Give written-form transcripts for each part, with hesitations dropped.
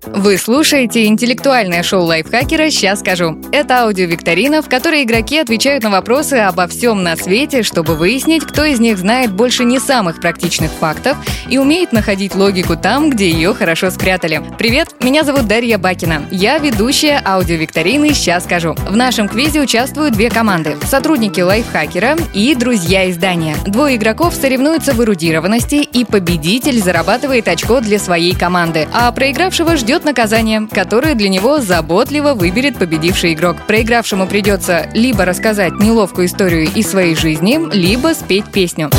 Вы слушаете интеллектуальное шоу лайфхакера «Сейчас скажу». Это аудиовикторина, в которой игроки отвечают на вопросы обо всем на свете, чтобы выяснить, кто из них знает больше не самых практичных фактов и умеет находить логику там, где ее хорошо спрятали. Привет, меня зовут Дарья Бакина. Я ведущая аудиовикторины «Сейчас скажу». В нашем квизе участвуют две команды – сотрудники лайфхакера и друзья издания. Двое игроков соревнуются в эрудированности, и победитель зарабатывает очко для своей команды, а проигравшего ждет наказание, которое для него заботливо выберет победивший игрок. Проигравшему придется либо рассказать неловкую историю из своей жизни, либо спеть песню.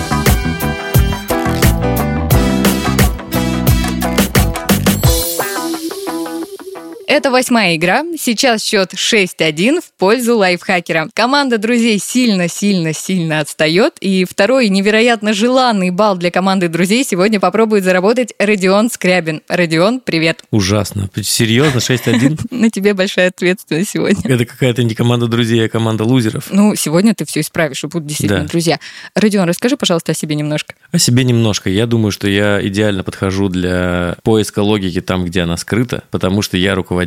Это 8-я игра. Сейчас счет 6-1 в пользу лайфхакера. Команда друзей сильно отстает. И второй невероятно желанный балл для команды друзей сегодня попробует заработать Родион Скрябин. Родион, привет. Ужасно. Серьезно? 6-1? На тебе большая ответственность сегодня. Это какая-то не команда друзей, а команда лузеров. Ну, сегодня ты все исправишь, и будут действительно друзья. Родион, расскажи, пожалуйста, о себе немножко. О себе немножко. Я думаю, что я идеально подхожу для поиска логики там, где она скрыта, потому что я руководитель.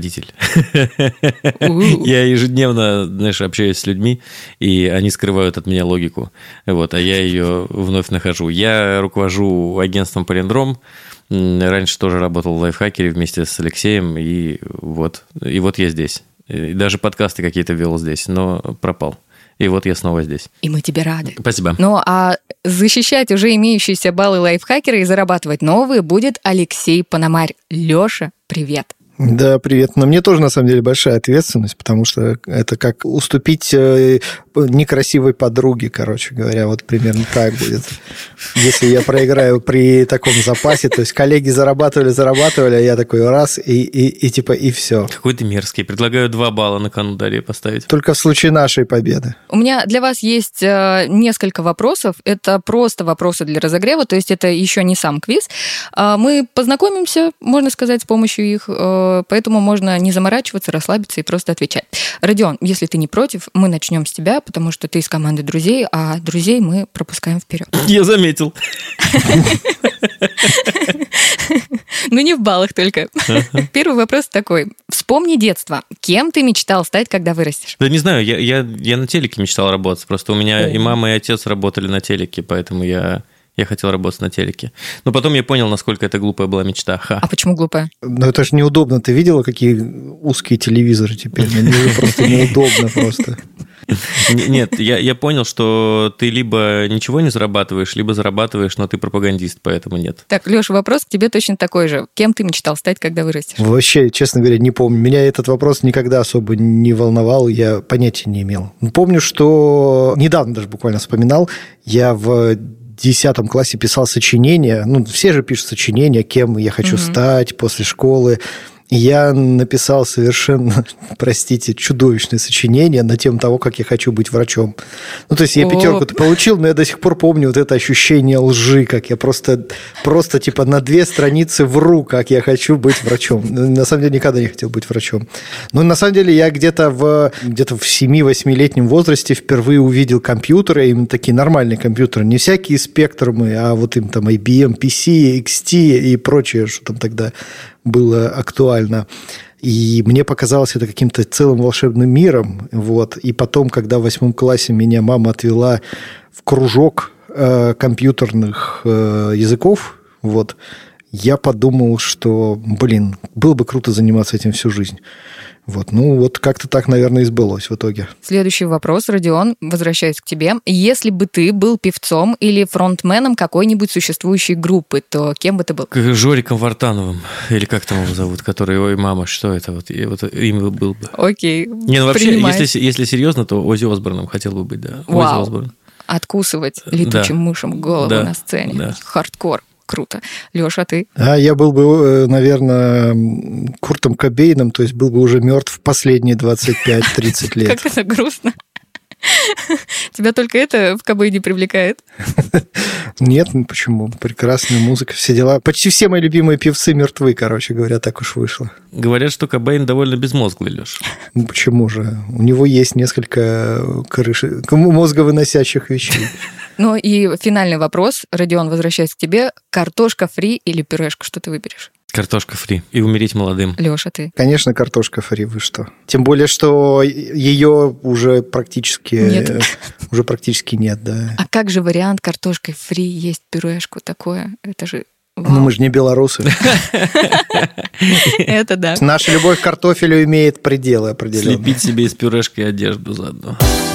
Я ежедневно, общаюсь с людьми, и они скрывают от меня логику, а я ее вновь нахожу. Я руковожу агентством «Полиндром», раньше тоже работал в лайфхакере вместе с Алексеем, и вот я здесь. И даже подкасты какие-то вел здесь, но пропал. И вот я снова здесь. И мы тебе рады. Спасибо. Ну, а защищать уже имеющиеся баллы лайфхакера и зарабатывать новые будет Алексей Пономарь. Леша, привет. Да, привет. Но мне тоже, на самом деле, большая ответственность, потому что это как уступить некрасивой подруге, короче говоря. Вот примерно так будет. Если я проиграю при таком запасе, то есть коллеги зарабатывали, а я такой раз, и все. Какой ты мерзкий. Предлагаю 2 балла на кону Дарье поставить. Только в случае нашей победы. У меня для вас есть несколько вопросов. Это просто вопросы для разогрева, то есть это еще не сам квиз. Мы познакомимся, можно сказать, с помощью их, поэтому можно не заморачиваться, расслабиться и просто отвечать. Родион, если ты не против, мы начнем с тебя, потому что ты из команды друзей, а друзей мы пропускаем вперед. Я заметил. Ну, не в баллах только. Первый вопрос такой. Вспомни детство. Кем ты мечтал стать, когда вырастешь? Да не знаю, я на телеке мечтал работать. Просто у меня и мама, и отец работали на телеке, поэтому я хотел работать на телеке. Но потом я понял, насколько это глупая была мечта. А почему глупая? Ну, это же неудобно. Ты видела, какие узкие телевизоры теперь? Они просто неудобно просто. Нет, я понял, что ты либо ничего не зарабатываешь, либо зарабатываешь, но ты пропагандист, поэтому нет. Так, Леша, вопрос к тебе точно такой же. Кем ты мечтал стать, когда вырастешь? Вообще, честно говоря, не помню. Меня этот вопрос никогда особо не волновал, я понятия не имел. Помню, что недавно даже буквально вспоминал, я в 10 классе писал сочинение. Ну, все же пишут сочинения, кем я хочу стать после школы. И я написал совершенно, простите, чудовищное сочинение на тему того, как я хочу быть врачом. Ну, то есть я 5-ку-то получил, но я до сих пор помню вот это ощущение лжи, как я просто типа на 2 страницы вру, как я хочу быть врачом. На самом деле никогда не хотел быть врачом. Но на самом деле я где-то в 7-8-летнем возрасте впервые увидел компьютеры, именно такие нормальные компьютеры, не всякие спектрумы, а вот им там IBM, PC, XT и прочее, что там тогда было актуально. И мне показалось это каким-то целым волшебным миром. И потом, когда в 8 классе меня мама отвела в кружок компьютерных языков, я подумал, что, было бы круто заниматься этим всю жизнь. Как-то так, наверное, и сбылось в итоге. Следующий вопрос, Родион, возвращаюсь к тебе. Если бы ты был певцом или фронтменом какой-нибудь существующей группы, то кем бы ты был? Жориком Вартановым, или как там его зовут, который, ой, мама, что это, им был бы. Окей, не, вообще, если серьезно, то Оззи Осборном хотел бы быть, да. Вау. Оззи Осборн. Откусывать летучим мышам голову на сцене. Да. Хардкор. Круто. Леша, а ты? Я был бы, наверное, Куртом Кобейном, то есть был бы уже мертв последние 25-30 лет. Как это грустно. Тебя только это в Кобейне привлекает? Нет, почему? Прекрасная музыка, все дела. Почти все мои любимые певцы мертвы, короче говоря, так уж вышло. Говорят, что Кобейн довольно безмозглый, Леша. Почему же? У него есть несколько мозговыносящих вещей. Ну и финальный вопрос. Родион, возвращаясь к тебе. Картошка фри или пюрешка? Что ты выберешь? Картошка фри. И умереть молодым. Леша, ты? Конечно, картошка фри, вы что? Тем более, что ее уже практически нет, да. А как же вариант картошкой фри есть пюрешку такое? Это же... Ну, мы же не белорусы. Это да. Наша любовь к картофелю имеет пределы определенные. Слепить себе из пюрешки одежду заодно.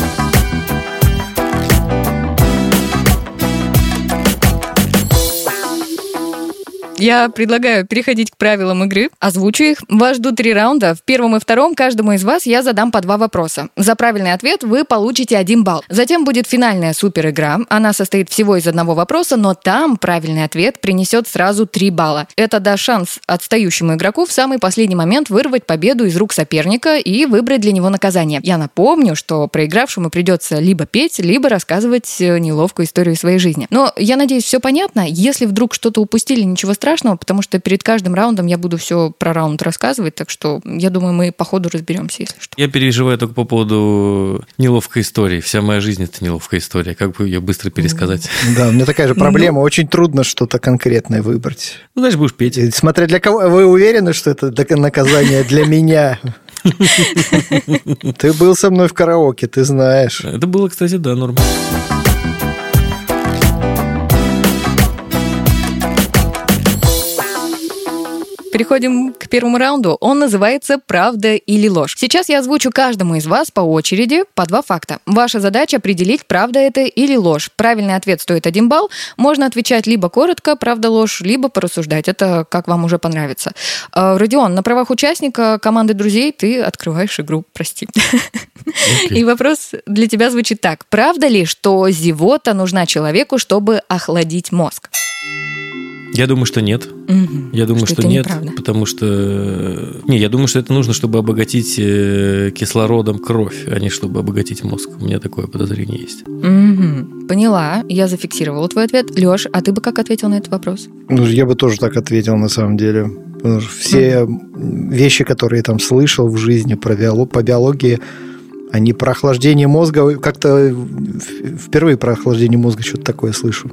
Я предлагаю переходить к правилам игры, озвучу их. Вас ждут 3 раунда. В первом и втором каждому из вас я задам по 2 вопроса. За правильный ответ вы получите 1 балл. Затем будет финальная суперигра. Она состоит всего из 1 вопроса, но там правильный ответ принесет сразу 3 балла. Это даст шанс отстающему игроку в самый последний момент вырвать победу из рук соперника и выбрать для него наказание. Я напомню, что проигравшему придется либо петь, либо рассказывать неловкую историю своей жизни. Но я надеюсь, все понятно. Если вдруг что-то упустили, ничего страшного, потому что перед каждым раундом я буду все про раунд рассказывать, так что я думаю, мы по ходу разберемся, если что. Я переживаю только по поводу неловкой истории. Вся моя жизнь – это неловкая история. Как бы ее быстро пересказать? Да, у меня такая же проблема. Очень трудно что-то конкретное выбрать. Ну, дальше будешь петь. Смотря для кого. Вы уверены, что это наказание для меня? Ты был со мной в караоке, ты знаешь. Это было, кстати, да, норм. Переходим к первому раунду. Он называется «Правда или ложь». Сейчас я озвучу каждому из вас по очереди по 2 факта. Ваша задача определить, правда это или ложь. Правильный ответ стоит 1 балл. Можно отвечать либо коротко, правда, ложь, либо порассуждать. Это как вам уже понравится. Родион, на правах участника команды друзей ты открываешь игру. Прости. Okay. И вопрос для тебя звучит так. Правда ли, что зевота нужна человеку, чтобы охладить мозг? Я думаю, что нет. Я думаю, что нет, потому что... Не, я думаю, что это нужно, чтобы обогатить кислородом кровь, а не чтобы обогатить мозг. У меня такое подозрение есть. Поняла. Я зафиксировала твой ответ. Лёш, а ты бы как ответил на этот вопрос? Ну, я бы тоже так ответил, на самом деле. Потому что все вещи, которые я там слышал в жизни по биологии, они про охлаждение мозга. Как-то впервые про охлаждение мозга что-то такое слышу.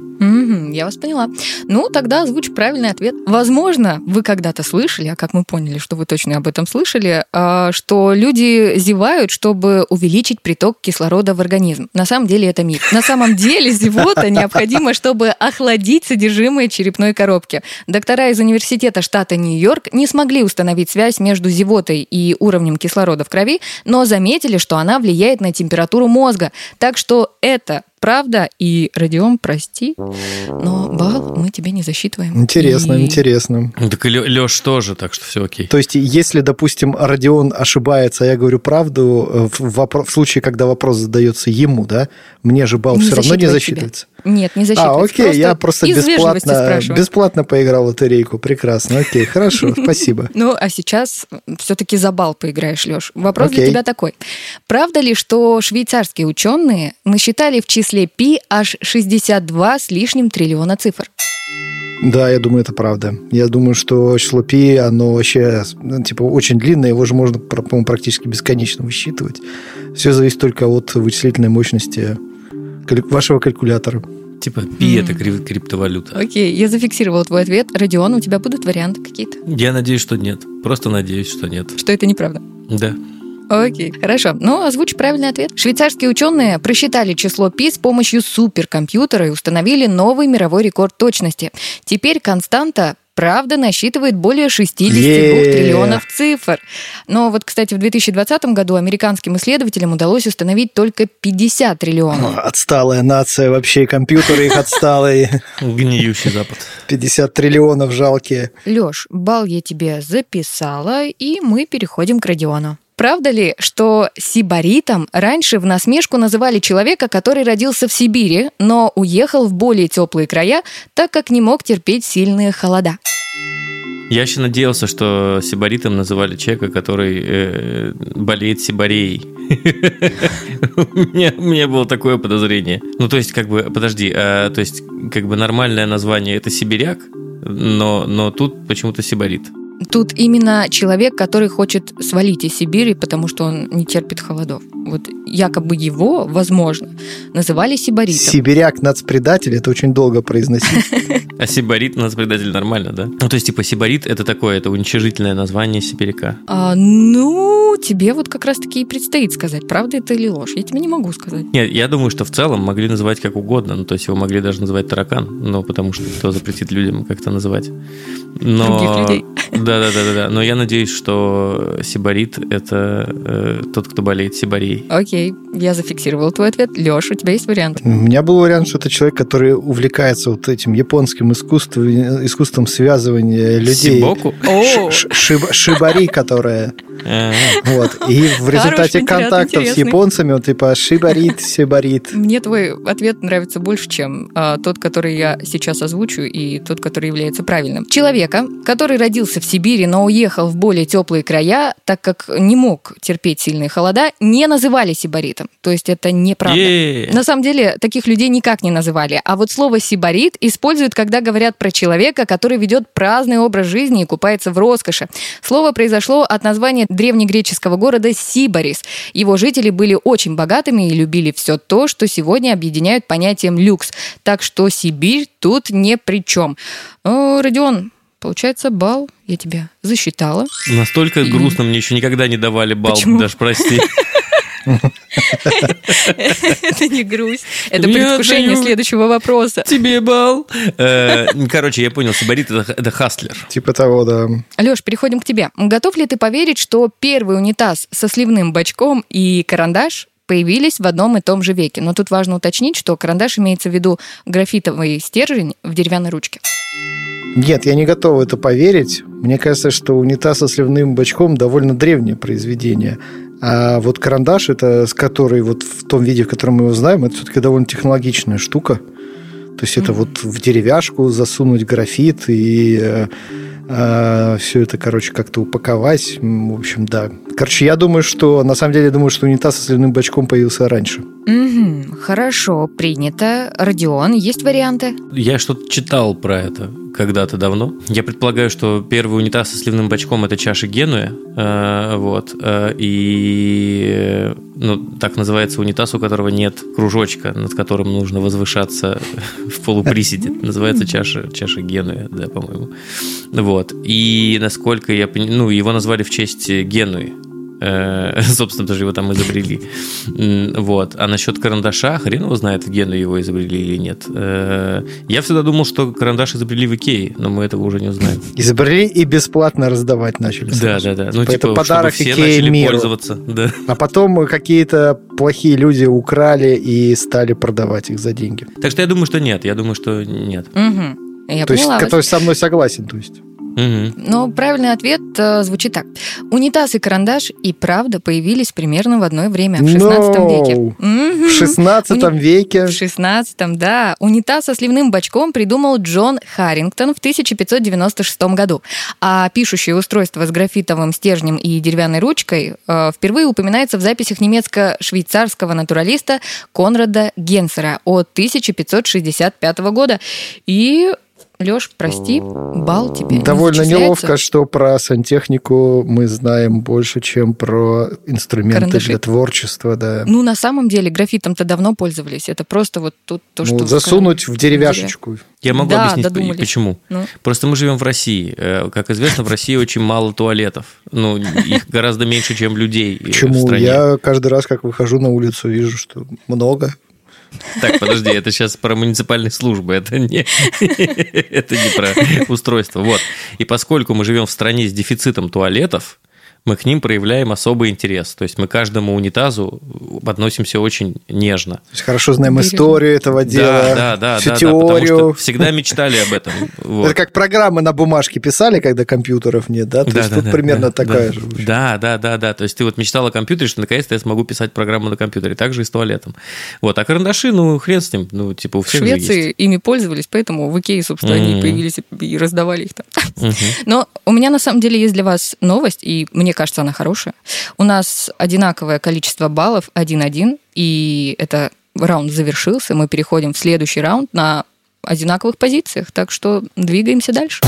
Я вас поняла. Ну, тогда озвучу правильный ответ. Возможно, вы когда-то слышали, а как мы поняли, что вы точно об этом слышали, что люди зевают, чтобы увеличить приток кислорода в организм. На самом деле это миф. На самом деле зевота необходима, чтобы охладить содержимое черепной коробки. Доктора из университета штата Нью-Йорк не смогли установить связь между зевотой и уровнем кислорода в крови, но заметили, что она влияет на температуру мозга. Так что это правда, и, Родион, прости, но балл мы тебе не засчитываем. Интересно. Так и Лёш тоже, так что все окей. То есть, если, допустим, Родион ошибается, а я говорю правду, в случае, когда вопрос задается ему, да, мне же балл все равно не засчитывается? Нет, не засчитывается. Окей, я просто бесплатно поиграл в лотерейку. Прекрасно, окей, хорошо, спасибо. Ну, а сейчас все-таки за балл поиграешь, Лёш. Вопрос для тебя такой. Правда ли, что швейцарские ученые насчитали в числе π аж 62 с лишним триллиона цифр? Да, я думаю, это правда. Я думаю, что число π, оно вообще очень длинное, его же можно, по-моему, практически бесконечно высчитывать. Все зависит только от вычислительной мощности вашего калькулятора. Типа π это криптовалюта. Окей, я зафиксировала твой ответ. Родион, у тебя будут варианты какие-то? Я надеюсь, что нет. Просто надеюсь, что нет. Что это неправда? Да. Окей, хорошо. Ну, озвучь правильный ответ. Швейцарские ученые просчитали число π с помощью суперкомпьютера и установили новый мировой рекорд точности. Теперь константа правда насчитывает более 62 триллионов цифр. Но вот, кстати, в 2020 году американским исследователям удалось установить только 50 триллионов. Отсталая нация вообще, компьютеры их отсталые. Гниющий Запад. 50 триллионов жалкие. Лёш, балл я тебе записала, и мы переходим к Родиону. Правда ли, что сибаритом раньше в насмешку называли человека, который родился в Сибири, но уехал в более теплые края, так как не мог терпеть сильные холода? Я еще надеялся, что сибаритом называли человека, который болеет сибареей. У меня было такое подозрение. Ну, то есть, нормальное название – это сибиряк, но тут почему-то сибарит. Тут именно человек, который хочет свалить из Сибири, потому что он не терпит холодов. Вот якобы его, возможно, называли сибаритом. Сибиряк, нацпредатель, это очень долго произносить. А сибарит у нас предатель нормально, да? Ну, то есть, типа, сибарит это такое, это уничижительное название сибиряка. Тебе вот как раз-таки и предстоит сказать, правда это или ложь. Я тебе не могу сказать. Нет, я думаю, что в целом могли называть как угодно. Ну, то есть, его могли даже называть таракан, но потому что кто запретит людям как-то называть. Других людей. Да. Но я надеюсь, что сибарит это тот, кто болеет сибарией. Окей, я зафиксировал твой ответ. Леш, у тебя есть вариант? У меня был вариант, что это человек, который увлекается вот этим японским искусством связывания людей. Сибоку? Шибари, которая... Вот. И в результате контактов с японцами он типа сибарит. Мне твой ответ нравится больше, чем тот, который я сейчас озвучу, и тот, который является правильным. Человека, который родился в Сибири, но уехал в более теплые края, так как не мог терпеть сильные холода, не называли сибаритом. То есть это неправда. На самом деле таких людей никак не называли. А вот слово сибарит используют, когда говорят про человека, который ведет праздный образ жизни и купается в роскоши. Слово произошло от названия древнегреческого города Сибарис. Его жители были очень богатыми и любили все то, что сегодня объединяют понятием люкс. Так что Сибирь тут ни при чем. Родион, получается, балл я тебя засчитала. Настолько грустно, мне еще никогда не давали балл. Почему? Даже прости. Это не грусть. Это предвкушение следующего вопроса. Тебе балл. Короче, я понял, сибарит это хастлер. Типа того, да. Леш, переходим к тебе. Готов ли ты поверить, что первый унитаз со сливным бачком и карандаш появились в одном и том же веке? Но тут важно уточнить, что карандаш имеется в виду графитовый стержень в деревянной ручке. Нет, я не готов в это поверить. Мне кажется, что унитаз со сливным бачком довольно древнее произведение. А вот карандаш, это с которой вот в том виде, в котором мы его знаем, это все-таки довольно технологичная штука. То есть это вот в деревяшку засунуть графит и все это, короче, как-то упаковать. В общем, да. Короче, на самом деле, думаю, что унитаз со сливным бачком появился раньше. Хорошо, принято. Родион, есть варианты? Я что-то читал про это когда-то давно. Я предполагаю, что первый унитаз со сливным бачком – это чаша Генуя. И так называется унитаз, у которого нет кружочка, над которым нужно возвышаться в полуприседе. Называется чаша Генуя, да, по-моему. Вот. И насколько я понимаю, его назвали в честь Генуи. Собственно, даже его там изобрели. Вот. А насчет карандаша, хрен его знает, в Генуе его изобрели или нет. Я всегда думал, что карандаш изобрели в Икее, но мы этого уже не узнаем. Изобрели и бесплатно раздавать начали. Да. Ну, это подарок все Икее начали миру. Пользоваться. Да. А потом какие-то плохие люди украли и стали продавать их за деньги. Так что я думаю, что нет. То есть, который со мной согласен, то есть. Но правильный ответ звучит так. Унитаз и карандаш и правда появились примерно в одно время, в 16 веке. В 16 веке? В 16-м, да. Унитаз со сливным бачком придумал Джон Харрингтон в 1596 году. А пишущее устройство с графитовым стержнем и деревянной ручкой впервые упоминается в записях немецко-швейцарского натуралиста Конрада Генсера от 1565 года. И... Леш, прости, балл тебе довольно неловко, что про сантехнику мы знаем больше, чем про инструменты карандаши для творчества. Да. На самом деле графитом-то давно пользовались. Это просто вот тут то, что... засунуть в деревяшечку. Я могу объяснить, почему. Просто мы живем в России. Как известно, в России очень мало туалетов. Их гораздо меньше, чем людей в стране. Я каждый раз, как выхожу на улицу, вижу, что много. Так, подожди, это сейчас про муниципальные службы, это не про устройство. Вот. И поскольку мы живем в стране с дефицитом туалетов, мы к ним проявляем особый интерес. То есть мы к каждому унитазу относимся очень нежно. То есть хорошо знаем историю этого дела, всю теорию. Потому что всегда мечтали об этом. Вот. Это как программы на бумажке писали, когда компьютеров нет, да? То есть тут примерно такая же. Да. То есть ты вот мечтал о компьютере, что наконец-то я смогу писать программу на компьютере. Так же и с туалетом. Вот. А карандаши, хрен с ним. У всех в Швеции ими пользовались, поэтому в Икее, собственно, они появились и раздавали их там. Но у меня на самом деле есть для вас новость, и мне кажется, она хорошая. У нас одинаковое количество баллов 1-1, и это раунд завершился. Мы переходим в следующий раунд на одинаковых позициях, так что двигаемся дальше.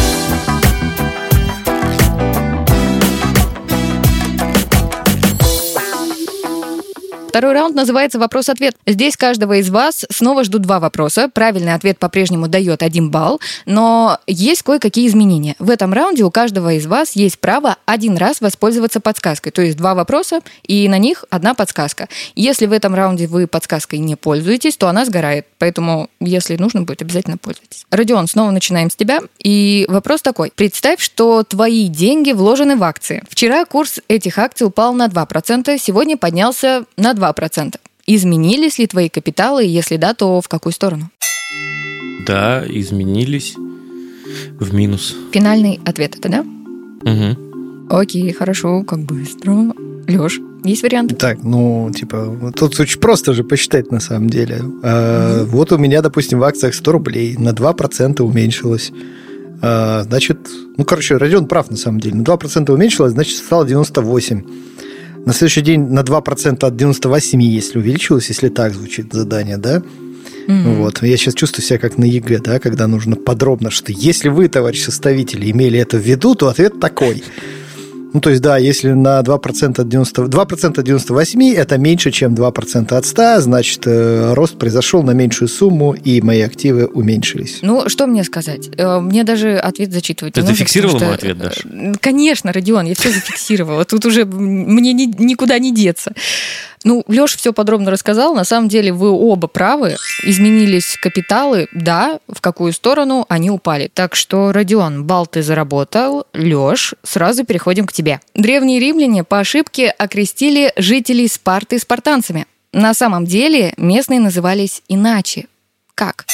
Второй раунд называется «Вопрос-ответ». Здесь каждого из вас снова ждут 2 вопроса. Правильный ответ по-прежнему дает 1 балл, но есть кое-какие изменения. В этом раунде у каждого из вас есть право 1 раз воспользоваться подсказкой. То есть 2 вопроса, и на них 1 подсказка. Если в этом раунде вы подсказкой не пользуетесь, то она сгорает. Поэтому, если нужно будет, обязательно пользуйтесь. Родион, снова начинаем с тебя. И вопрос такой. Представь, что твои деньги вложены в акции. Вчера курс этих акций упал на 2%, сегодня поднялся на 2%. Изменились ли твои капиталы? Если да, то в какую сторону? Да, изменились в минус. Финальный ответ это, да? Угу. Окей, хорошо, как быстро. Лёш, есть варианты? Так, тут очень просто же посчитать на самом деле. Вот у меня, допустим, в акциях 100 рублей на 2% уменьшилось. Значит, Родион прав на самом деле. На 2% уменьшилось, значит, стало 98. На следующий день на 2% от 98, если увеличилось, если так звучит задание, да? Вот. Я сейчас чувствую себя как на ЕГЭ, да, когда нужно подробно, что если вы, товарищ составители, имели это в виду, то ответ такой. То есть, да, если на 2% от 98 это меньше, чем 2% от 100, значит, рост произошел на меньшую сумму, и мои активы уменьшились. Что мне сказать? Мне даже ответ зачитывать не нужно. Ты зафиксировала мой ответ, Даша? Конечно, Родион, я все зафиксировала. Тут уже мне никуда не деться. Лёша все подробно рассказал. На самом деле вы оба правы. Изменились капиталы, да, в какую сторону они упали. Так что, Родион, балл ты заработал. Лёш, сразу переходим к тебе. Древние римляне по ошибке окрестили жителей Спарты спартанцами. На самом деле местные назывались иначе. Как?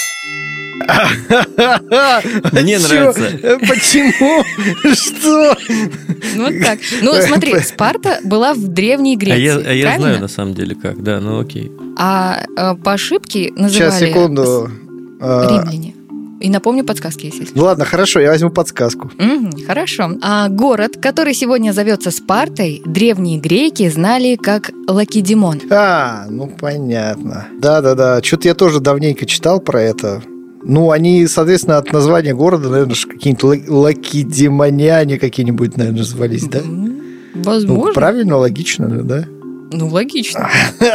Мне нравится. Почему? Что? Вот так. Смотри, Спарта была в Древней Греции. А я знаю на самом деле как, да, окей. А по ошибке называли... Сейчас, секунду. Римляне. И напомню подсказки, если. Ладно, хорошо, я возьму подсказку. Хорошо. Город, который сегодня зовется Спартой, древние греки знали как Лакедемон. Понятно. Да. Что-то я тоже давненько читал про это. Они, соответственно, от названия города, наверное, какие-нибудь лакедемоняне какие-нибудь, наверное, звались, да? Возможно. Правильно, логично, да? Логично.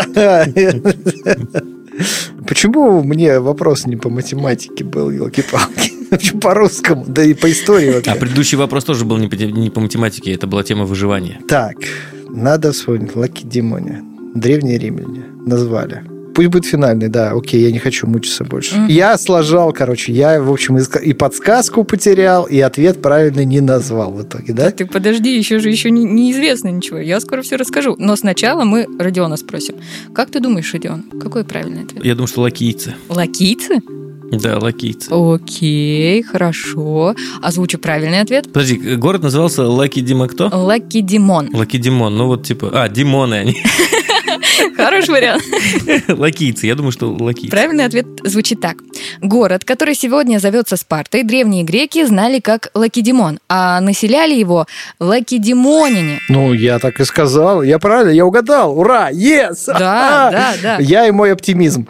Почему мне вопрос не по математике был, елки-палки? Почему по-русскому? Да и по истории вообще. А предыдущий вопрос тоже был не по математике, это была тема выживания. Так, надо вспомнить. Лакедемония. Древние римляне назвали. Пусть будет финальный, да, окей, я не хочу мучиться больше. Я сложал, я, в общем, и подсказку потерял, и ответ правильно не назвал в итоге, да? Ты подожди, еще неизвестно ничего, я скоро все расскажу. Но сначала мы Родиона спросим. Как ты думаешь, Родион, какой правильный ответ? Я думаю, что лакийцы. Лакийцы? Да, лакийцы. Окей, хорошо. Озвучу правильный ответ. Подожди, город назывался Лакедемон кто? Лакедемон. Лакедемон, демоны они. Хороший вариант. Лакийцы, я думаю, что лакийцы. Правильный ответ звучит так. Город, который сегодня зовется Спартой, древние греки знали как Лакедемон, а населяли его лакедемоняне. Я так и сказал. Я правильно, я угадал. Ура! Yes! Да. Я и мой оптимизм.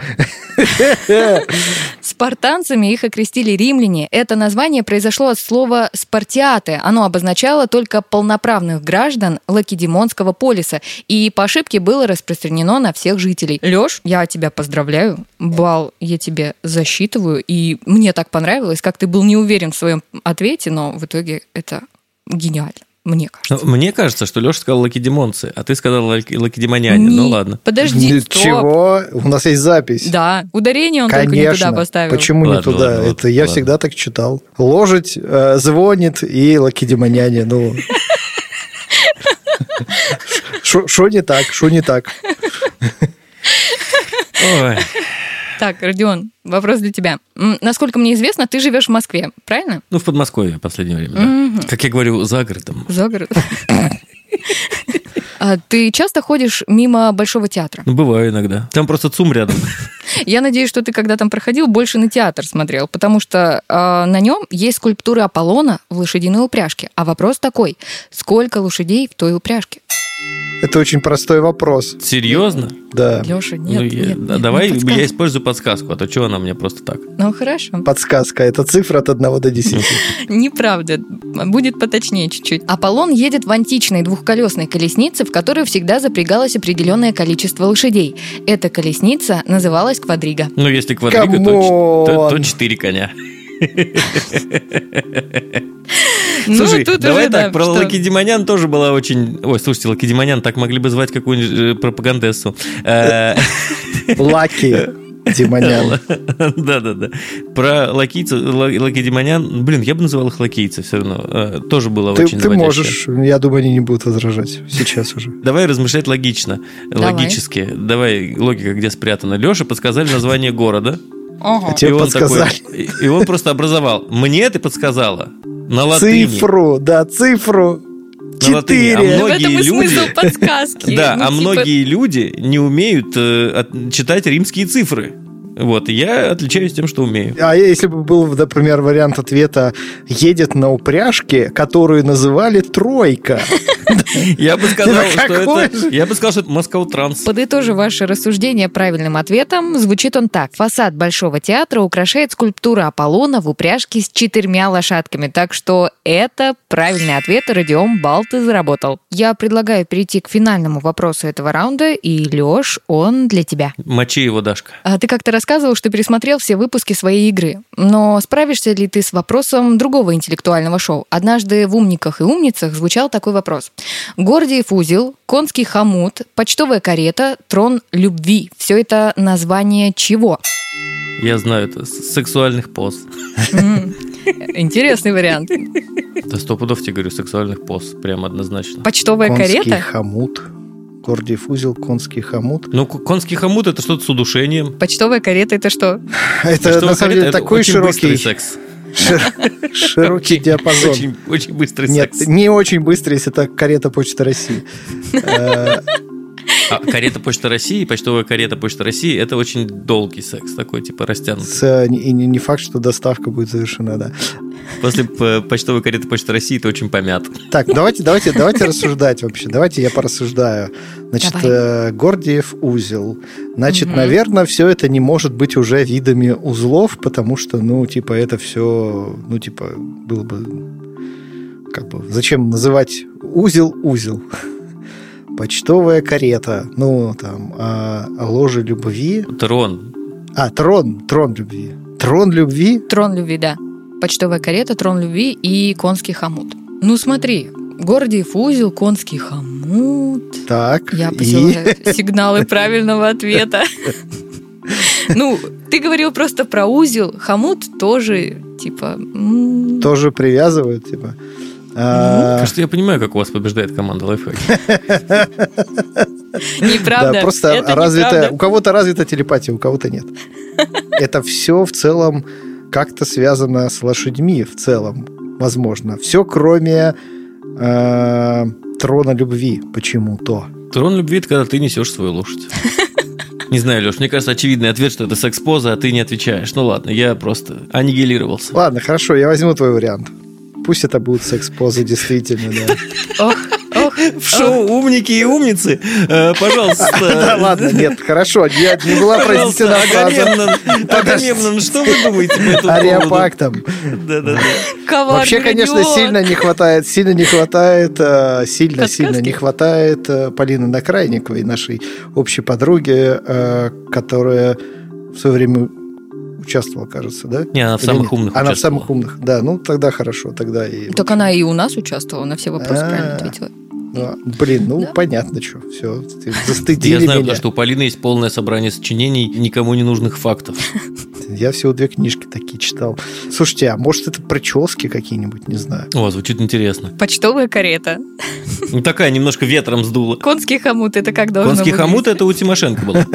Спартанцами их окрестили римляне. Это название произошло от слова «спартиаты». Оно обозначало только полноправных граждан Лакедемонского полиса. И по ошибке было распространено на всех жителей. Лёш, я тебя поздравляю. Балл я тебе засчитываю. И мне так понравилось, как ты был не уверен в своем ответе, но в итоге это гениально. Мне кажется. Мне кажется, что Леша сказал лакедемонцы, а ты сказал лакедемоняне. Ладно. Подожди, стоп. Чего? У нас есть запись. Да, ударение он Конечно. только не туда поставил. Почему не туда? Это я всегда так читал. Лошадь звонит и лакедемоняне. Шо не так? Ой. Так, Родион, вопрос для тебя. Насколько мне известно, ты живешь в Москве, правильно? В Подмосковье в последнее время, да. Как я говорю, за городом. За городом. А ты часто ходишь мимо Большого театра? Бываю иногда. Там просто ЦУМ рядом. Я надеюсь, что ты, когда там проходил, больше на театр смотрел, потому что на нем есть скульптура Аполлона в лошадиной упряжке. А вопрос такой: сколько лошадей в той упряжке? Это очень простой вопрос. Серьезно? Да. Леша, нет. Давай не я использую подсказку, а то чего она мне просто так? Ну, хорошо. Подсказка. Это цифра от 1 до 10. Неправда. Будет поточнее чуть-чуть. Аполлон едет в античной двухколесной колеснице, в которую всегда запрягалось определенное количество лошадей. Эта колесница называлась квадрига. Ну, если квадрига, то 4 коня. Слушай, давай так, про Лакедемонян тоже была очень... Ой, слушайте, Лакедемонян, так могли бы звать какую-нибудь пропагандессу. Лакедемонян. Да. Про Лакедемонян... Блин, я бы называл их лакейцы все равно. Тоже было очень наводящее. Ты можешь, я думаю, они не будут возражать сейчас уже. Давай размышлять логично, логически. Давай, логика где спрятана. Леше подсказали название города. Ага. Тебе подсказали. И он просто образовал. Мне ты подсказала. На латыни. Цифру. На 4. Латыни. А многие люди... смысл подсказки. Да, многие люди не умеют читать римские цифры. Вот, и я отличаюсь тем, что умею. А если бы был, например, вариант ответа «едет на упряжке, которую называли тройка». Я бы сказал, что это Москва Транс. Подытожив ваше рассуждение правильным ответом, звучит он так. Фасад Большого театра украшает скульптура Аполлона в упряжке с 4 лошадками. Так что это правильный ответ, и Родион, балл ты заработал. Я предлагаю перейти к финальному вопросу этого раунда, и, Лёш, он для тебя. Мочи его, Дашка. Ты как-то рассказывал, что пересмотрел все выпуски своей игры. Но справишься ли ты с вопросом другого интеллектуального шоу? Однажды в «Умниках и умницах» звучал такой вопрос. Гордиев узел, конский хомут, почтовая карета, трон любви. Все это название чего? Я знаю, это сексуальных поз. Интересный вариант. Да 100 пудов тебе говорю, сексуальных поз. Прям однозначно. Почтовая карета? Конский хомут. Гордиев узел, конский хомут. Ну, конский хомут – это что-то с удушением. Почтовая карета – это что? Это, на самом деле, такой широкий... секс. Широкий диапазон. Очень быстрый секс. Нет, не очень быстрый, если это карета Почты России. Карета Почты России, почтовая карета Почты России – это очень долгий секс, такой типа растянутый. И не факт, что доставка будет завершена, да. После почтовой кареты Почты России ты очень помят. Так, давайте рассуждать вообще. Давайте я порассуждаю. Значит, Гордиев узел. Значит, наверное, все это не может быть уже видами узлов, потому что, это все, было бы, зачем называть узел? Почтовая карета, ложе любви. Трон. Трон любви. Трон любви? Трон любви, да. Почтовая карета, трон любви и конский хомут. Ну, смотри, Гордиев узел, конский хомут. Так, я посылаю сигналы правильного ответа. Ну, ты говорил просто про узел, хомут тоже, Тоже привязывают, Кажется, я понимаю, как у вас побеждает команда Лайфхаки. Неправда. Да, просто у кого-то развита телепатия, у кого-то нет. Это все в целом как-то связано с лошадьми в целом, возможно. Все, кроме трона любви почему-то. Трон любви – это когда ты несешь свою лошадь. Не знаю, Леш, мне кажется, очевидный ответ, что это секс-поза, а ты не отвечаешь. Ну ладно, я просто аннигилировался. Ладно, хорошо, я возьму твой вариант. Пусть это будут секс-позы, действительно, да. В шоу «Умники и умницы», пожалуйста. Да ладно, нет, хорошо, не была произнесена фраза. Агамемнон, что вы думаете по этому поводу? Ариапактом. Да. Вообще, конечно, сильно не хватает Полины Накрайниковой, нашей общей подруги, которая в свое время участвовала, кажется, да? Не, она в самых умных Она в самых умных, да. Ну, тогда хорошо, тогда и... Так она и у нас участвовала, на все вопросы правильно ответила. Блин, понятно, что. Все, ты застыдили меня. Я знаю, потому что у Полины есть полное собрание сочинений никому не нужных фактов. Я всего 2 книжки такие читал. Слушайте, а может это прически какие-нибудь, не знаю. О, звучит интересно. Почтовая карета. Ну, такая немножко ветром сдула. Конский хомут, это как должно быть? Конский хомут, это у Тимошенко было.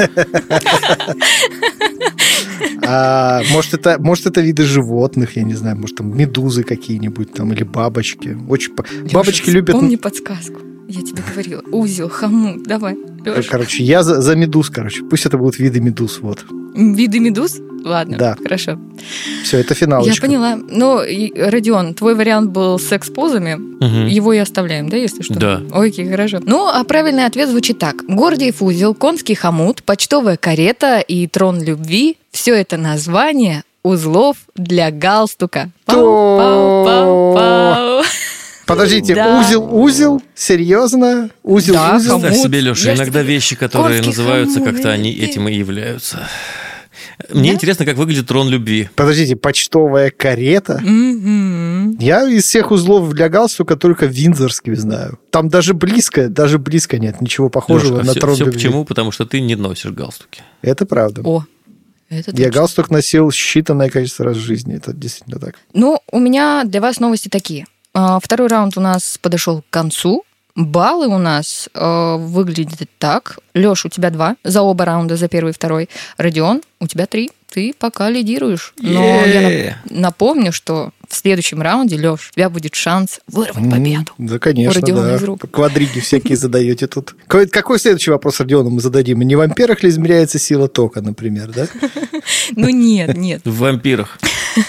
Может, это виды животных, я не знаю, может, там медузы какие-нибудь там или бабочки. Бабочки любят... Вспомни подсказку. Я тебе говорила. Узел, хомут. Давай, Лёш. Короче, я за медуз, Пусть это будут виды медуз, вот. Виды медуз? Ладно, Да. Хорошо. Все, это финалочка. Я поняла. Ну, Родион, твой вариант был с секс-позами. Его и оставляем, да, если что? Да. Окей, хорошо. Ну, а правильный ответ звучит так. Гордиев узел, конский хомут, почтовая карета и трон любви – все это название узлов для галстука. Пау-пау-пау-пау. Подождите, Да. узел? Серьезно? Узел? Да, узел? Представь себе, Леша, Я ж иногда тебе- вещи, которые конский называются хомут, как-то, они этим и являются. Мне интересно, как выглядит трон любви. Подождите, почтовая карета? Мгм. Я из всех узлов для галстука только виндзорский знаю. Там даже близко нет ничего похожего на трон все любви. почему? Потому что ты не носишь галстуки. Это правда. О, это Я точно. галстук носил считанное количество раз в жизни. Это действительно так. Ну, у меня для вас новости такие. Второй раунд у нас подошел к концу. Баллы у нас выглядят так. Лёш, у тебя 2 за оба раунда, за первый и второй. Родион, у тебя 3. Ты пока лидируешь. Но я напомню, что в следующем раунде, Лёш, у тебя будет шанс вырвать победу. Да, конечно, У Родиона да. из рук. Квадриги всякие задаете тут. Какой следующий вопрос Родиону мы зададим? Не в амперах ли измеряется сила тока, например, да? Ну нет. В вампирах.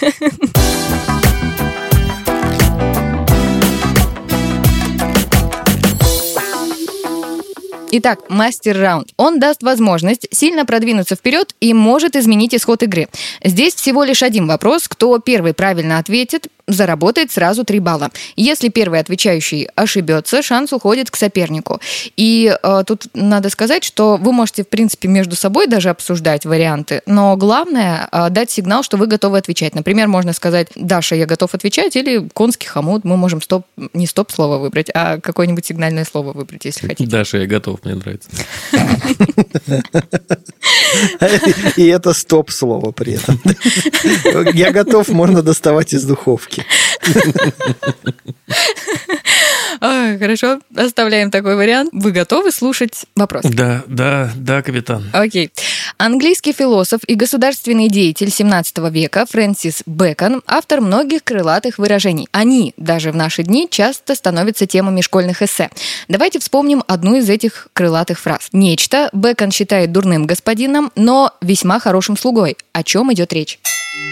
Итак, мастер-раунд. Он даст возможность сильно продвинуться вперед и может изменить исход игры. Здесь всего лишь один вопрос. Кто первый правильно ответит, заработает сразу 3 балла. Если первый отвечающий ошибется, шанс уходит к сопернику. И тут надо сказать, что вы можете, в принципе, между собой даже обсуждать варианты, но главное дать сигнал, что вы готовы отвечать. Например, можно сказать: Даша, я готов отвечать, или конский хомут. Мы можем не стоп-слово выбрать, а какое-нибудь сигнальное слово выбрать, если хотите. Даша, я готов, мне нравится. И это стоп-слово при этом. Я готов, можно доставать из духовки. Хорошо, оставляем такой вариант. Вы готовы слушать вопрос? Да, капитан. Окей. Английский философ и государственный деятель 17 века Фрэнсис Бэкон – автор многих крылатых выражений. Они, даже в наши дни, часто становятся темами школьных эссе. Давайте вспомним одну из этих крылатых фраз. Нечто Бэкон считает дурным господином, но весьма хорошим слугой. О чем идет речь?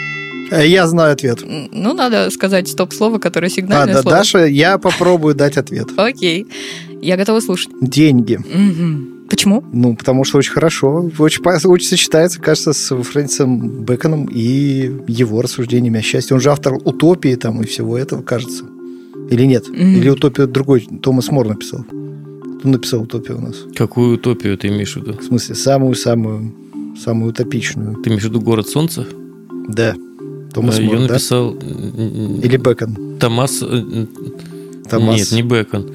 Я знаю ответ. Ну, надо сказать стоп-слово, которое сигнальное Да, слово. Даша, я попробую дать ответ. Окей. Я готова слушать. Деньги. Мгм. Почему? Ну, потому что очень хорошо. Очень сочетается, кажется, с Фрэнсисом Бэконом и его рассуждениями о счастье. Он же автор «Утопии» там и всего этого, кажется. Или нет? Или «Утопию» другой Томас Мор написал. Кто написал «Утопию» у нас? Какую утопию ты имеешь в виду? В смысле, самую утопичную. Ты имеешь в виду «Город солнца»? Да. Томас Мор, Ее да? написал... Или Бэкон? Томас... Томас. Нет, не Бэкон.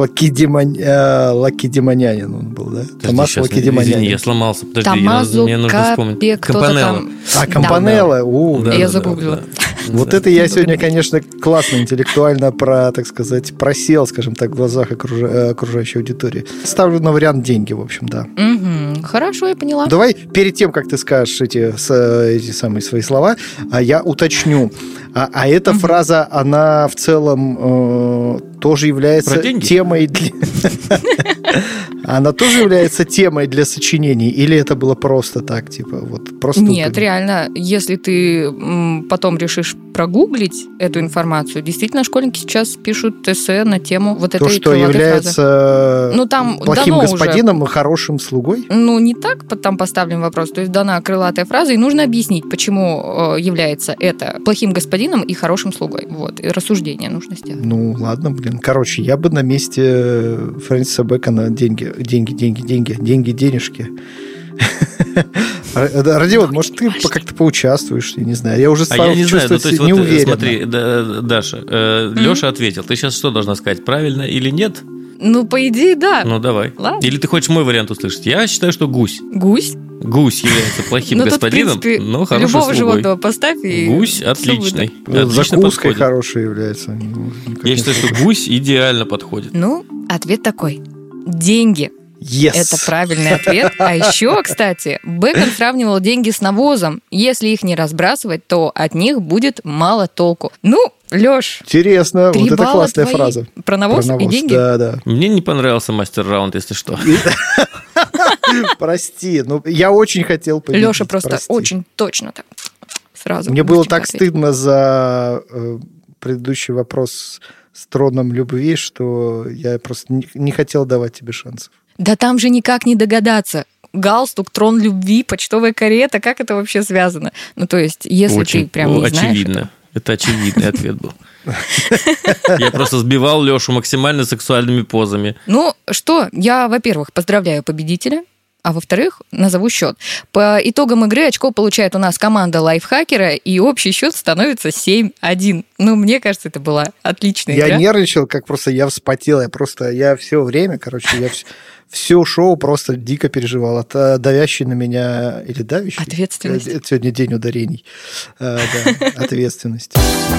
Лакедемонянин он был, да? Подожди, Томас щас, Лакедемонянин. извини, я сломался. Подожди, Тамазу мне нужно вспомнить. Капе, кто-то Кампанелло. там. Кампанелло. Я загуглила. Вот это я сегодня, конечно, классно интеллектуально так сказать, просел, скажем так, в глазах окружающей аудитории. Ставлю на вариант деньги, в общем, да. Мгм. Хорошо, я поняла. Давай перед тем, как ты скажешь эти самые свои слова, я уточню. А эта фраза, она в целом тоже является Про деньги? темой для... Она тоже является темой для сочинений? Или это было просто так, типа, вот просто... Нет, реально, если ты потом решишь прогуглить эту информацию, действительно, школьники сейчас пишут эссе на тему вот То, этой что крылатой является фразы. Ну, там плохим дано господином и хорошим слугой? Ну, не так там поставлен вопрос. То есть дана крылатая фраза, и нужно объяснить, почему является это плохим господином и хорошим слугой. Вот, и рассуждение нужно сделать. Ну, ладно, блин. Короче, я бы на месте Фрэнсиса Бэкона денежки. Родион, может, ты как-то поучаствуешь, я не знаю. Я уже стал я не знаю, чувствовать то есть неуверенно. смотри, Даша, Леша ответил. Ты сейчас что должна сказать, правильно или нет? Ну, по идее, да. Ну, давай. Ладно. Или ты хочешь мой вариант услышать? Я считаю, что гусь. Гусь? Гусь является плохим Ну, тут, в господином, принципе, но хорошим любого слугой. животного поставь и... Гусь всё отличный. будет. Отлично Закуской подходит. хорошей является. Я считаю, что гусь идеально подходит. Ну, ответ такой. Деньги. Yes. Это правильный ответ. А еще, кстати, Бэкон сравнивал деньги с навозом. Если их не разбрасывать, то от них будет мало толку. Ну, Лёш. Интересно, вот это классная твои фраза. Про навоз и деньги? Да. Мне не понравился мастер-раунд, если что. Прости, я очень хотел победить. Лёша просто очень точно так сразу. Мне было так стыдно за предыдущий вопрос с троном любви, что я просто не хотел давать тебе шансов. Да там же никак не догадаться. Галстук, трон любви, почтовая карета, как это вообще связано? Ну, то есть, если ты прям не знаешь... Очевидно. Это очевидный ответ был. Я просто сбивал Лешу максимально сексуальными позами. Ну что, я, во-первых, поздравляю победителя, а во-вторых, назову счет. По итогам игры очко получает у нас команда лайфхакера, и общий счет становится 7-1. Ну, мне кажется, это была отличная игра. Я нервничал, как просто я вспотел. Я все время, я все шоу просто дико переживал от давящей на меня... Или давящей? Ответственности. Сегодня день ударений. Да, ответственности.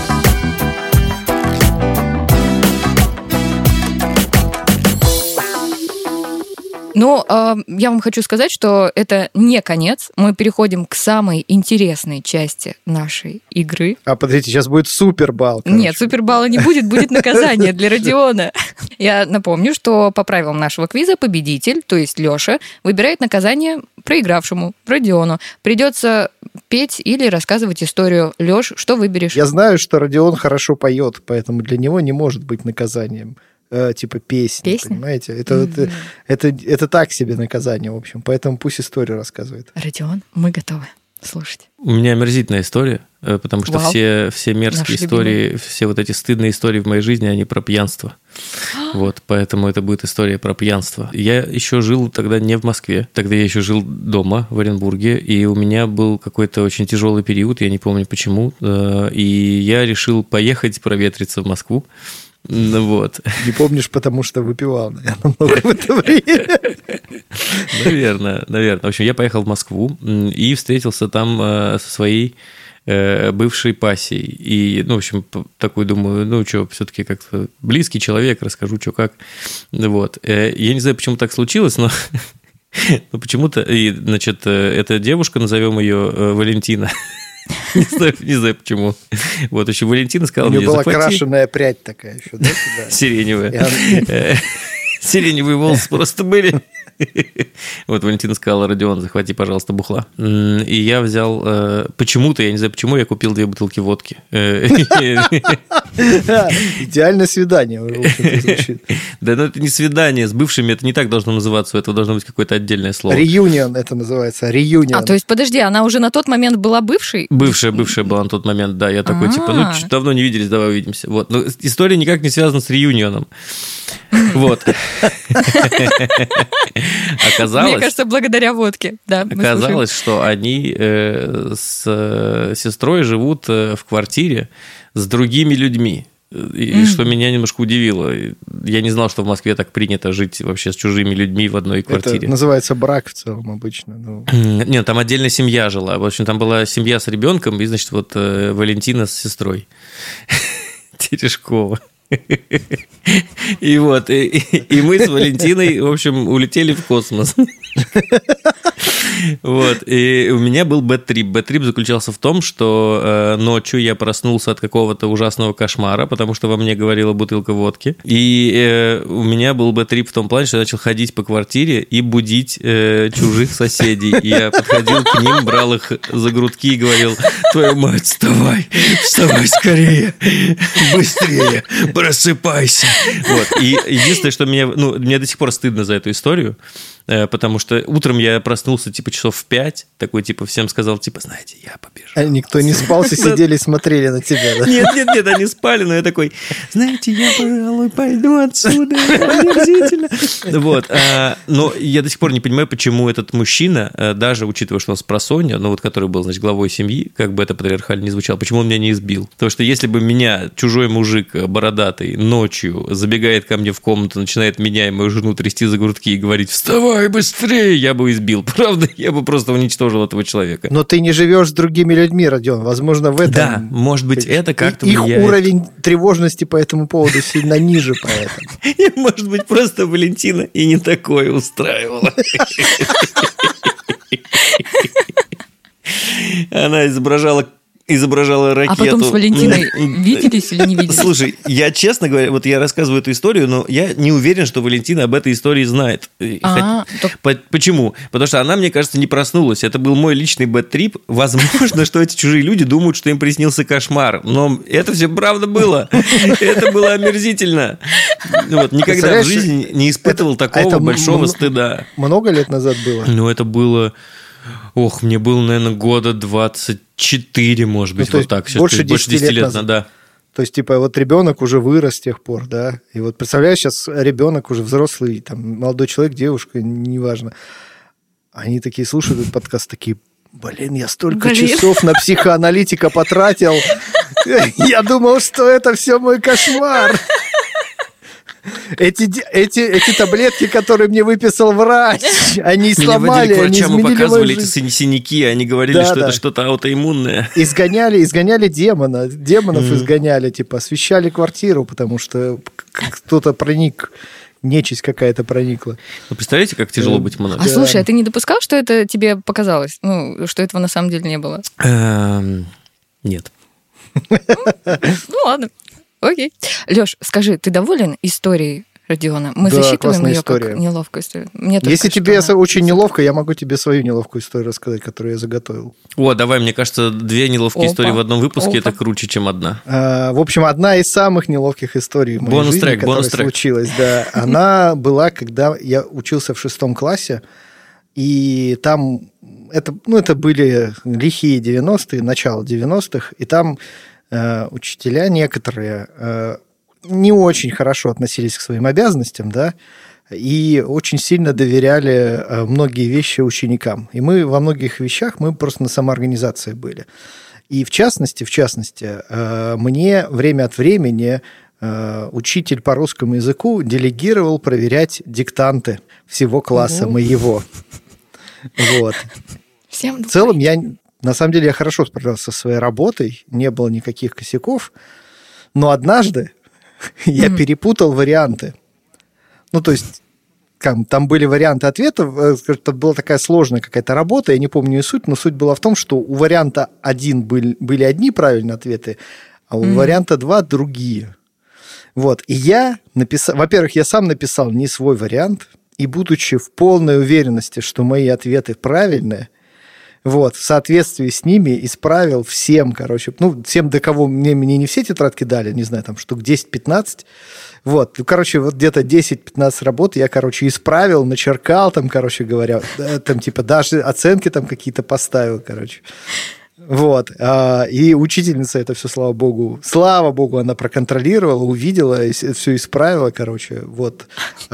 Но я вам хочу сказать, что это не конец. Мы переходим к самой интересной части нашей игры. Подождите, сейчас будет супербал. Нет, супербала не будет, будет наказание для Родиона. Я напомню, что по правилам нашего квиза победитель, то есть Лёша, выбирает наказание проигравшему, Родиону. Придется петь или рассказывать историю. Лёш, что выберешь? Я знаю, что Родион хорошо поет, поэтому для него не может быть наказанием. Типа песни, понимаете? Это так себе наказание, в общем. Поэтому пусть историю рассказывает. Родион, мы готовы слушать. У меня омерзительная история, потому что все мерзкие истории, все вот эти стыдные истории в моей жизни, они про пьянство. Вот, поэтому это будет история про пьянство. Я еще жил тогда не в Москве, тогда я еще жил дома в Оренбурге, и у меня был какой-то очень тяжелый период, я не помню почему, и я решил поехать проветриться в Москву. Вот. Не помнишь, потому что выпивал, наверное, много в это время. Наверное. В общем, я поехал в Москву и встретился там со своей бывшей пассией. И, в общем, такой думаю, все-таки как-то близкий человек, расскажу, что как. Вот. Я не знаю, почему так случилось, но почему-то, эта девушка, назовем ее Валентина. Не знаю почему. Вот еще Валентина сказала мне: захвати. У нее была крашеная прядь такая еще, да? Сиреневая. Сиреневые волосы просто были. Вот Валентина сказала: Родион, захвати, пожалуйста, бухла. И я взял... Почему-то, я не знаю почему, я купил 2 бутылки водки. Идеальное свидание, в общем-то, звучит. Да, но это не свидание. С бывшими это не так должно называться. Это должно быть какое-то отдельное слово. Реюнион это называется. Реюнион. То есть, подожди, она уже на тот момент была бывшей? Бывшая была на тот момент, да. Я такой, давно не виделись, давай увидимся. Вот. Но история никак не связана с реюнионом. Вот. Оказалось... Мне кажется, благодаря водке. Да, оказалось, что они с сестрой живут в квартире с другими людьми. И что меня немножко удивило. Я не знал, что в Москве так принято жить вообще с чужими людьми в одной квартире. Это называется брак в целом обычно. Нет, там отдельно семья жила. В общем, там была семья с ребенком, и, значит, вот Валентина с сестрой Терешкова. И вот, и мы с Валентиной, в общем, улетели в космос. Вот, и у меня был бэд-трип. Бэд-трип заключался в том, что ночью я проснулся от какого-то ужасного кошмара, потому что во мне говорила бутылка водки. И у меня был бэд-трип в том плане, что я начал ходить по квартире и будить чужих соседей. И я подходил к ним, брал их за грудки и говорил: твою мать, вставай скорее, быстрее, просыпайся. Вот. И единственное, что мне до сих пор стыдно за эту историю, потому что утром я проснулся часов в 5, такой всем сказал, знаете, я побежал. А никто не спал, все сидели и смотрели на тебя, да? Нет, они спали, но я такой: знаете, я, пожалуй, пойду отсюда, омерзительно. Вот. Но я до сих пор не понимаю, почему этот мужчина, даже учитывая, что он спросонья, который был, главой семьи, как бы это патриархально не звучало, почему он меня не избил? Потому что если бы меня чужой мужик бородатый ночью забегает ко мне в комнату, начинает меня и мою жену трясти за грудки и говорить: вставай, давай быстрее, я бы избил. Правда, я бы просто уничтожил этого человека. Но ты не живешь с другими людьми, Родион. Возможно, в этом... Да, может быть, это как-то их влияет. уровень тревожности по этому поводу сильно ниже, поэтому. Может быть, просто Валентина и не такое устраивала. Она изображала ракету. А потом с Валентиной виделись или не виделись? Слушай, я, честно говоря, вот я рассказываю эту историю, но я не уверен, что Валентина об этой истории знает. Почему? Потому что она, мне кажется, не проснулась. Это был мой личный бэд-трип. Возможно, что эти чужие люди думают, что им приснился кошмар. Но это все правда было. Это было омерзительно. Вот, никогда в жизни не испытывал такого большого стыда. Много лет назад было? Ну, это было... Ох, мне было, наверное, года 24, может быть, вот так. Больше 10 лет назад. Да. То есть, типа, вот ребенок уже вырос с тех пор, да? И вот представляешь, сейчас ребенок уже взрослый, там, молодой человек, девушка, неважно. Они такие слушают этот подкаст, такие, блин, я столько часов на психоаналитика потратил. Я думал, что это все мой кошмар. Эти таблетки, которые мне выписал врач, они сломали, они изменили мою жизнь. Мы показывали эти синяки, они говорили, что это что-то аутоиммунное. Изгоняли демонов изгоняли, типа, освещали квартиру, потому что кто-то проник, нечисть какая-то проникла. Вы представляете, как тяжело быть монахом? А слушай, а ты не допускал, что это тебе показалось? Ну, что этого на самом деле не было? Нет. Ну, ладно. Окей. Лёш, скажи, ты доволен историей Родиона? Мы засчитываем ее как неловкую историю. Если тебе очень неловко, я могу тебе свою неловкую историю рассказать, которую я заготовил. О, давай, мне кажется, 2 неловкие истории в одном выпуске это круче, чем одна. В общем, одна из самых неловких историй в моей жизни, которая случилась. Да, она была, когда я учился в 6 классе, и там это были лихие 90-е, начало 90-х, и там учителя некоторые не очень хорошо относились к своим обязанностям, да, и очень сильно доверяли многие вещи ученикам. И мы во многих вещах мы просто на самоорганизации были. И в частности, мне время от времени учитель по русскому языку делегировал проверять диктанты всего класса моего. Вот. В целом на самом деле я хорошо справлялся со своей работой, не было никаких косяков, но однажды я перепутал варианты. Ну, то есть там были варианты ответов, это была такая сложная какая-то работа, я не помню и суть, но суть была в том, что у варианта 1 были одни правильные ответы, а у варианта 2 другие. Вот, и я написал, во-первых, я сам написал не свой вариант, и будучи в полной уверенности, что мои ответы правильные, вот, в соответствии с ними исправил всем, всем, до кого мне не все тетрадки дали, не знаю, там штук 10-15, вот, вот где-то 10-15 работ я, исправил, начеркал, там, говоря, там, типа, даже оценки там какие-то поставил, Вот. И учительница это все, слава богу, она проконтролировала, увидела, все исправила, Вот.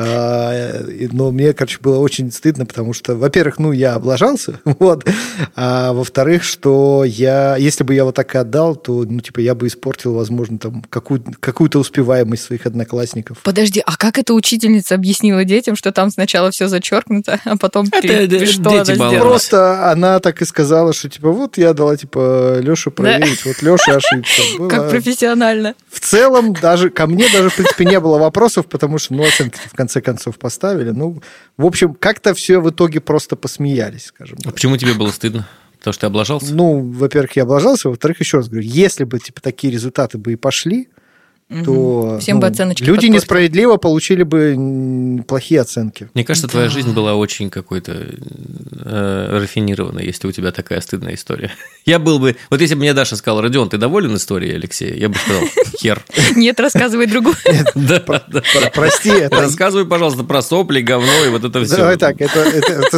Но мне, было очень стыдно, потому что, во-первых, я облажался, вот. А во-вторых, что если бы я вот так и отдал, то, я бы испортил, возможно, там какую-то успеваемость своих одноклассников. Подожди, а как эта учительница объяснила детям, что там сначала все зачеркнуто, а потом что она сделала? Просто она так и сказала, что, вот я дала, Лешу проверить. Вот Леша ошибся. Как профессионально. В целом, ко мне даже, в принципе, не было вопросов, потому что, оценки в конце концов поставили. В общем, как-то все в итоге просто посмеялись, скажем так. А почему тебе было стыдно? Потому что ты облажался? Во-первых, я облажался, во-вторых, еще раз говорю, если бы, такие результаты бы и пошли, то всем бы оценочки люди несправедливо получили бы плохие оценки. Мне кажется, твоя жизнь была очень какой-то рафинированной, если у тебя такая стыдная история. Я был бы... Вот если бы мне Даша сказала: Родион, ты доволен историей Алексея? Я бы сказал: хер. Нет, рассказывай другую. Прости. Рассказывай, пожалуйста, про сопли, говно и вот это все. Давай так, это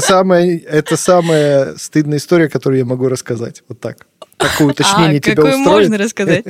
самая стыдная история, которую я могу рассказать. Вот так. Такое уточнение тебя устроит? Какую можно рассказать?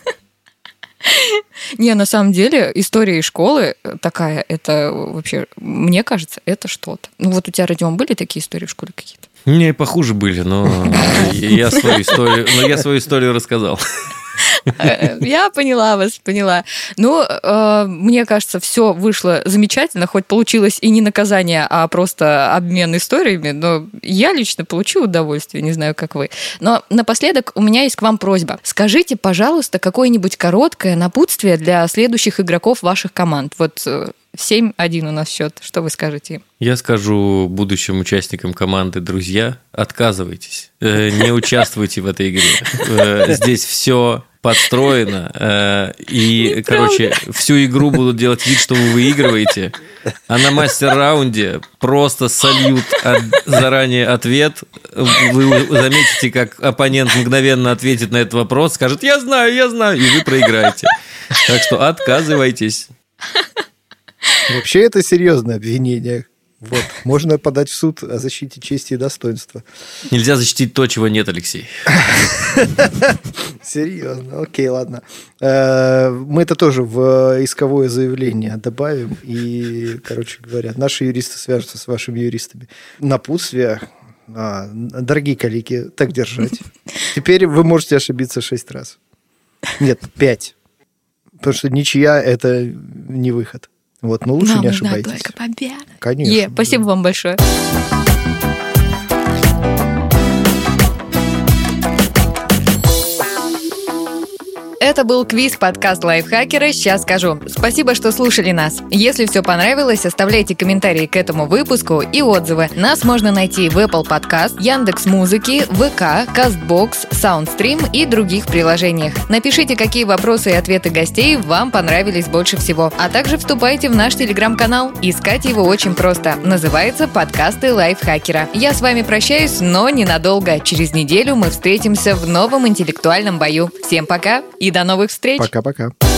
Не, на самом деле, история из школы такая, это вообще, мне кажется, это что-то. Вот у тебя, Родион, были такие истории в школе какие-то? У меня и похуже были, но я свою историю рассказал. Я поняла вас, поняла. Ну, мне кажется, все вышло замечательно, хоть получилось и не наказание, а просто обмен историями, но я лично получила удовольствие, не знаю, как вы. Но напоследок у меня есть к вам просьба. Скажите, пожалуйста, какое-нибудь короткое напутствие для следующих игроков ваших команд. Вот 7-1 у нас счет. Что вы скажете им? Я скажу будущим участникам команды: друзья, отказывайтесь, не участвуйте в этой игре. Здесь все подстроено, и, короче, всю игру будут делать вид, что вы выигрываете, а на мастер-раунде просто сольют заранее ответ. Вы заметите, как оппонент мгновенно ответит на этот вопрос, скажет: я знаю, и вы проиграете. Так что отказывайтесь. Вообще это серьезное обвинение. Вот. Можно подать в суд о защите чести и достоинства. Нельзя защитить то, чего нет, Алексей. Серьезно. Окей, ладно. Мы это тоже в исковое заявление добавим. И, короче говоря, наши юристы свяжутся с вашими юристами. Напутствие. Дорогие коллеги, так держать. Теперь вы можете ошибиться 6 раз. Нет, 5. Потому что ничья – это не выход. Вот, но лучше не ошибайтесь. Нам нужна только победа. Конечно. Спасибо вам большое. Это был квиз-подкаст Лайфхакера «Сейчас скажу». Спасибо, что слушали нас. Если все понравилось, оставляйте комментарии к этому выпуску и отзывы. Нас можно найти в Apple Podcast, Яндекс.Музыке, ВК, Castbox, Soundstream и других приложениях. Напишите, какие вопросы и ответы гостей вам понравились больше всего. А также вступайте в наш телеграм-канал. Искать его очень просто. Называется «Подкасты Лайфхакера». Я с вами прощаюсь, но ненадолго. Через неделю мы встретимся в новом интеллектуальном бою. Всем пока и до новых встреч! Пока-пока.